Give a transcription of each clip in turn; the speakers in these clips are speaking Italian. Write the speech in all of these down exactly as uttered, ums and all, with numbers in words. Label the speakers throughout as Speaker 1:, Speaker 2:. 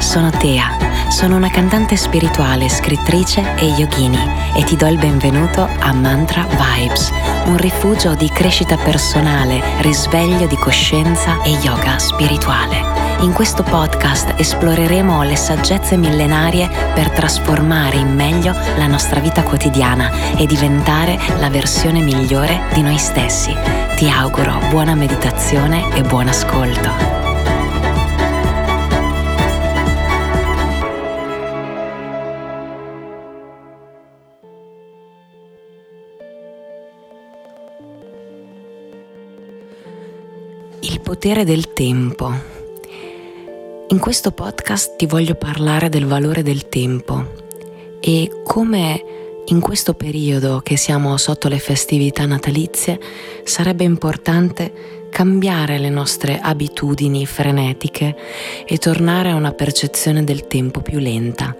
Speaker 1: sono Tea, sono una cantante spirituale, scrittrice e yogini e ti do il benvenuto a Mantra Vibes, un rifugio di crescita personale, risveglio di coscienza e yoga spirituale. In questo podcast esploreremo le saggezze millenarie per trasformare in meglio la nostra vita quotidiana e diventare la versione migliore di noi stessi. Ti auguro buona meditazione e buon ascolto. Il potere del tempo. In questo podcast ti voglio parlare del valore del tempo e come in questo periodo che siamo sotto le festività natalizie sarebbe importante cambiare le nostre abitudini frenetiche e tornare a una percezione del tempo più lenta.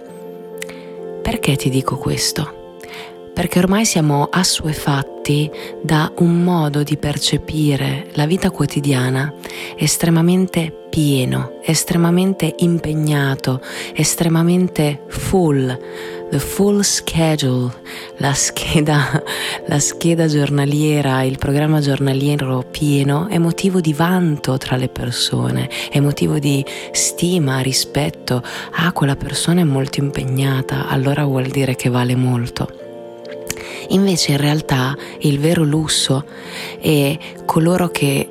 Speaker 1: Perché ti dico questo? Perché ormai siamo assuefatti da un modo di percepire la vita quotidiana estremamente pieno, estremamente impegnato, estremamente full, the full schedule, la scheda, la scheda giornaliera, il programma giornaliero pieno è motivo di vanto tra le persone, è motivo di stima, rispetto. Ah, quella persona è molto impegnata, allora vuol dire che vale molto. Invece in realtà il vero lusso è coloro che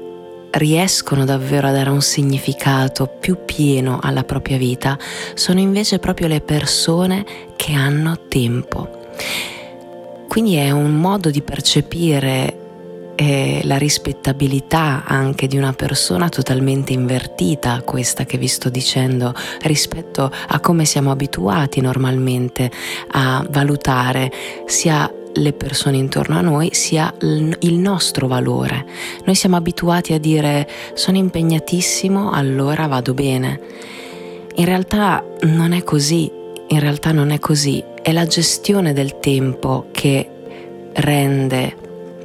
Speaker 1: riescono davvero a dare un significato più pieno alla propria vita sono invece proprio le persone che hanno tempo. Quindi è un modo di percepire eh, la rispettabilità anche di una persona totalmente invertita, questa che vi sto dicendo, rispetto a come siamo abituati normalmente a valutare sia le persone intorno a noi sia il nostro valore. Noi siamo abituati a dire sono impegnatissimo, allora vado bene. In realtà non è così, in realtà non è così. È la gestione del tempo che rende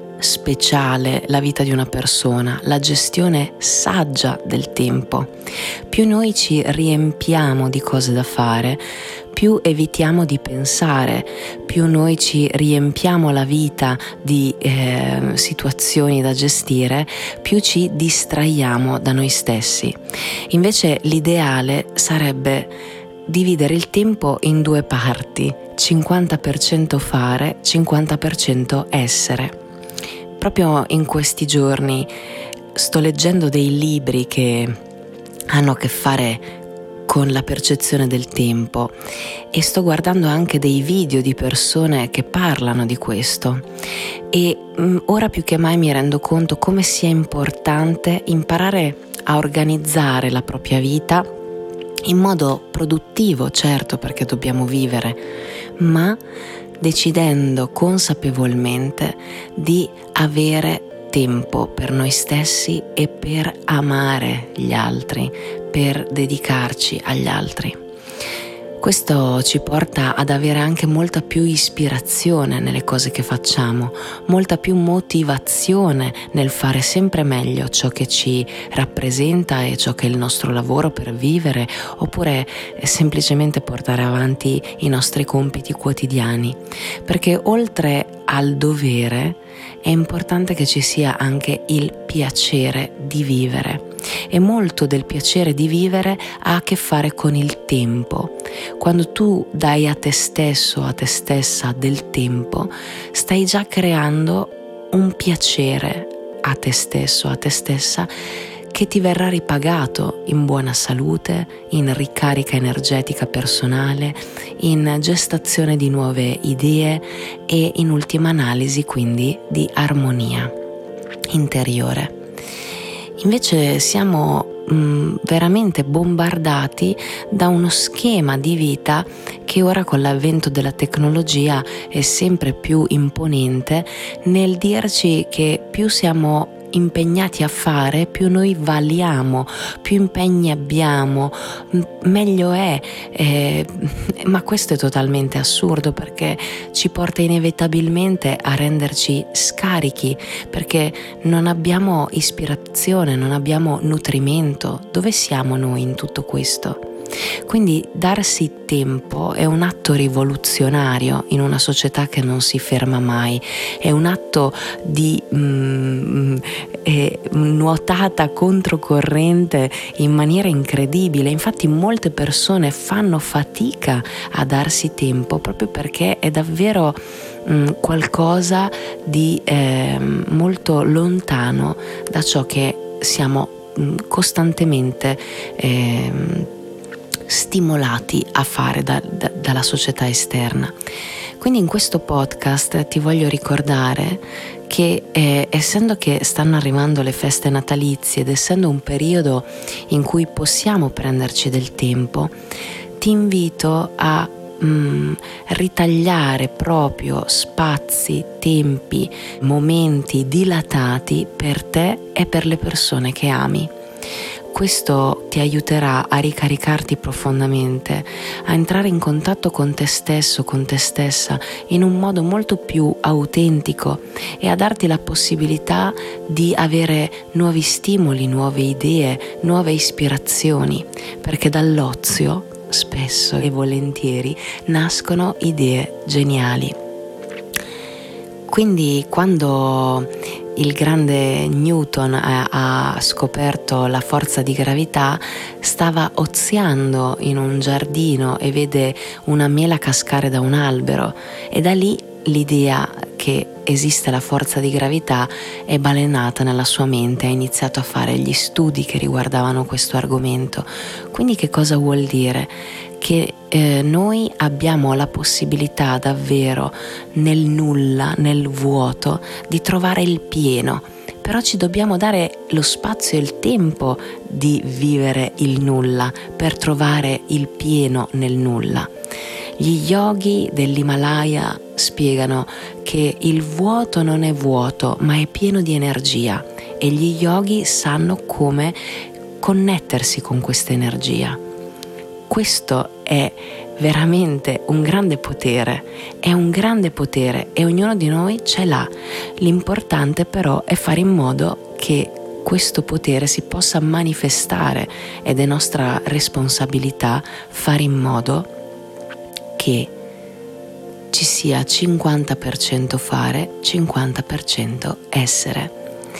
Speaker 1: speciale la vita di una persona, la gestione saggia del tempo. Più noi ci riempiamo di cose da fare, più evitiamo di pensare, più noi ci riempiamo la vita di eh, situazioni da gestire, più ci distraiamo da noi stessi. Invece l'ideale sarebbe dividere il tempo in due parti, cinquanta per cento fare, cinquanta per cento essere. Proprio in questi giorni sto leggendo dei libri che hanno a che fare con la percezione del tempo e sto guardando anche dei video di persone che parlano di questo e mh, ora più che mai mi rendo conto come sia importante imparare a organizzare la propria vita in modo produttivo, certo, perché dobbiamo vivere, ma decidendo consapevolmente di avere tempo per noi stessi e per amare gli altri, per dedicarci agli altri. Questo ci porta ad avere anche molta più ispirazione nelle cose che facciamo, molta più motivazione nel fare sempre meglio ciò che ci rappresenta e ciò che è il nostro lavoro per vivere, oppure semplicemente portare avanti i nostri compiti quotidiani. Perché oltre al dovere è importante che ci sia anche il piacere di vivere. E molto del piacere di vivere ha a che fare con il tempo. Quando tu dai a te stesso, a te stessa del tempo, stai già creando un piacere a te stesso, a te stessa, che ti verrà ripagato in buona salute, in ricarica energetica personale, in gestazione di nuove idee e in ultima analisi quindi di armonia interiore. Invece siamo mh, veramente bombardati da uno schema di vita che ora con l'avvento della tecnologia è sempre più imponente nel dirci che più siamo impegnati a fare, più noi valiamo, più impegni abbiamo, meglio è, eh, ma questo è totalmente assurdo perché ci porta inevitabilmente a renderci scarichi, perché non abbiamo ispirazione, non abbiamo nutrimento. Dove siamo noi in tutto questo? Quindi darsi tempo è un atto rivoluzionario in una società che non si ferma mai, è un atto di mm, eh, nuotata controcorrente in maniera incredibile. Infatti molte persone fanno fatica a darsi tempo proprio perché è davvero mm, qualcosa di eh, molto lontano da ciò che siamo mm, costantemente eh, stimolati a fare da, da, dalla società esterna. Quindi in questo podcast ti voglio ricordare che eh, essendo che stanno arrivando le feste natalizie ed essendo un periodo in cui possiamo prenderci del tempo, ti invito a mm, ritagliare proprio spazi, tempi, momenti dilatati per te e per le persone che ami. Questo ti aiuterà a ricaricarti profondamente, a entrare in contatto con te stesso, con te stessa, in un modo molto più autentico e a darti la possibilità di avere nuovi stimoli, nuove idee, nuove ispirazioni, perché dall'ozio, spesso e volentieri, nascono idee geniali. Quindi quando il grande Newton ha, ha scoperto la forza di gravità, stava oziando in un giardino e vede una mela cascare da un albero, e da lì l'idea che esiste la forza di gravità è balenata nella sua mente. Ha iniziato a fare gli studi che riguardavano questo argomento. Quindi che cosa vuol dire? Che eh, noi abbiamo la possibilità davvero nel nulla, nel vuoto, di trovare il pieno, però ci dobbiamo dare lo spazio e il tempo di vivere il nulla per trovare il pieno nel nulla. Gli yogi dell'Himalaya spiegano che il vuoto non è vuoto, ma è pieno di energia, e gli yogi sanno come connettersi con questa energia. Questo è veramente un grande potere, è un grande potere e ognuno di noi ce l'ha. L'importante però è fare in modo che questo potere si possa manifestare, ed è nostra responsabilità fare in modo che ci sia cinquanta per cento fare, cinquanta per cento essere.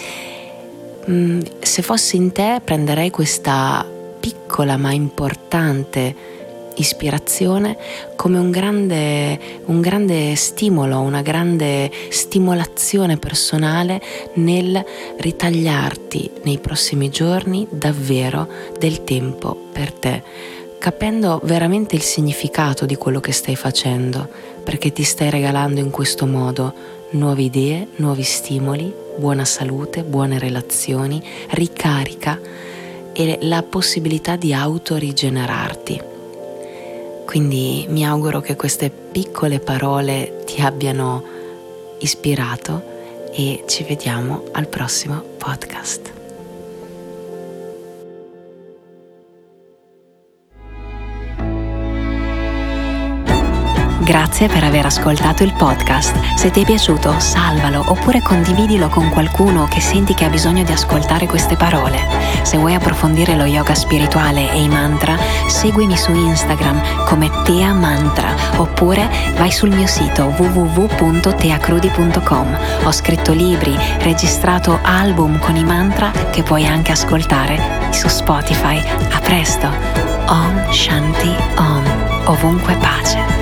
Speaker 1: Mm, se fossi in te, prenderei questa piccola ma importante ispirazione come un grande, un grande stimolo, una grande stimolazione personale nel ritagliarti nei prossimi giorni davvero del tempo per te, capendo veramente il significato di quello che stai facendo, perché ti stai regalando in questo modo nuove idee, nuovi stimoli, buona salute, buone relazioni, ricarica e la possibilità di autorigenerarti. Quindi mi auguro che queste piccole parole ti abbiano ispirato e ci vediamo al prossimo podcast.
Speaker 2: Grazie per aver ascoltato il podcast. Se ti è piaciuto, salvalo oppure condividilo con qualcuno che senti che ha bisogno di ascoltare queste parole. Se vuoi approfondire lo yoga spirituale e i mantra, seguimi su Instagram come Tea Mantra oppure vai sul mio sito w w w punto teacrudi punto com. Ho scritto libri, registrato album con i mantra che puoi anche ascoltare su Spotify. A presto! Om Shanti Om. Ovunque pace.